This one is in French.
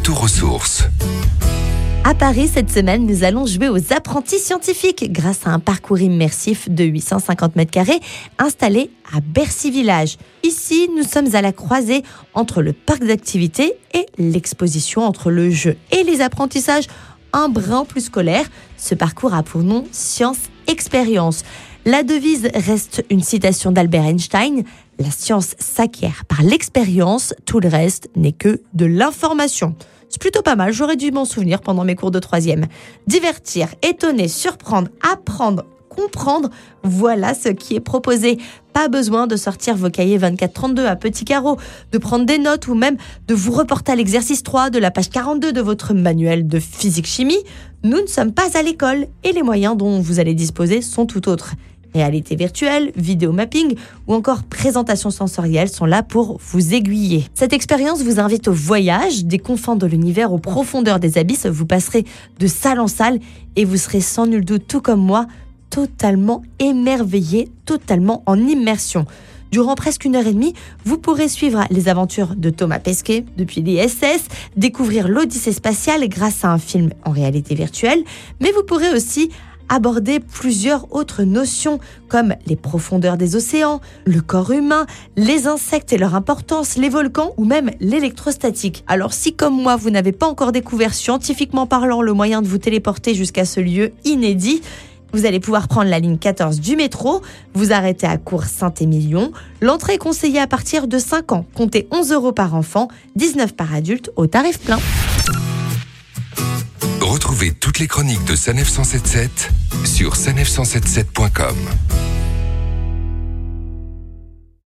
retour aux sources. À Paris, cette semaine, nous allons jouer aux apprentis scientifiques grâce à un parcours immersif de 850 mètres carrés installé à Bercy Village. Ici, nous sommes à la croisée entre le parc d'activités et l'exposition entre le jeu et les apprentissages un brin plus scolaire. Ce parcours a pour nom Science Expérience. La devise reste une citation d'Albert Einstein. La science s'acquiert par l'expérience, tout le reste n'est que de l'information. C'est plutôt pas mal, j'aurais dû m'en souvenir pendant mes cours de 3e. Divertir, étonner, surprendre, apprendre, comprendre, voilà ce qui est proposé. Pas besoin de sortir vos cahiers 24-32 à petits carreaux, de prendre des notes ou même de vous reporter à l'exercice 3 de la page 42 de votre manuel de physique-chimie. Nous ne sommes pas à l'école et les moyens dont vous allez disposer sont tout autres. Réalité virtuelle, vidéo mapping ou encore présentation sensorielle sont là pour vous aiguiller. Cette expérience vous invite au voyage, des confins de l'univers aux profondeurs des abysses. Vous passerez de salle en salle et vous serez sans nul doute, tout comme moi, totalement émerveillé, totalement en immersion. Durant presque 1h30, vous pourrez suivre les aventures de Thomas Pesquet depuis l'ISS, découvrir l'Odyssée spatiale grâce à un film en réalité virtuelle, mais vous pourrez aussi aborder plusieurs autres notions comme les profondeurs des océans, le corps humain, les insectes et leur importance, les volcans ou même l'électrostatique. Alors si comme moi vous n'avez pas encore découvert scientifiquement parlant le moyen de vous téléporter jusqu'à ce lieu inédit, vous allez pouvoir prendre la ligne 14 du métro, vous arrêter à Cours Saint-Émilion. L'entrée est conseillée à partir de 5 ans. Comptez 11 € par enfant, 19 par adulte au tarif plein. Retrouvez toutes les chroniques de Sanef 177 sur sanef177.com.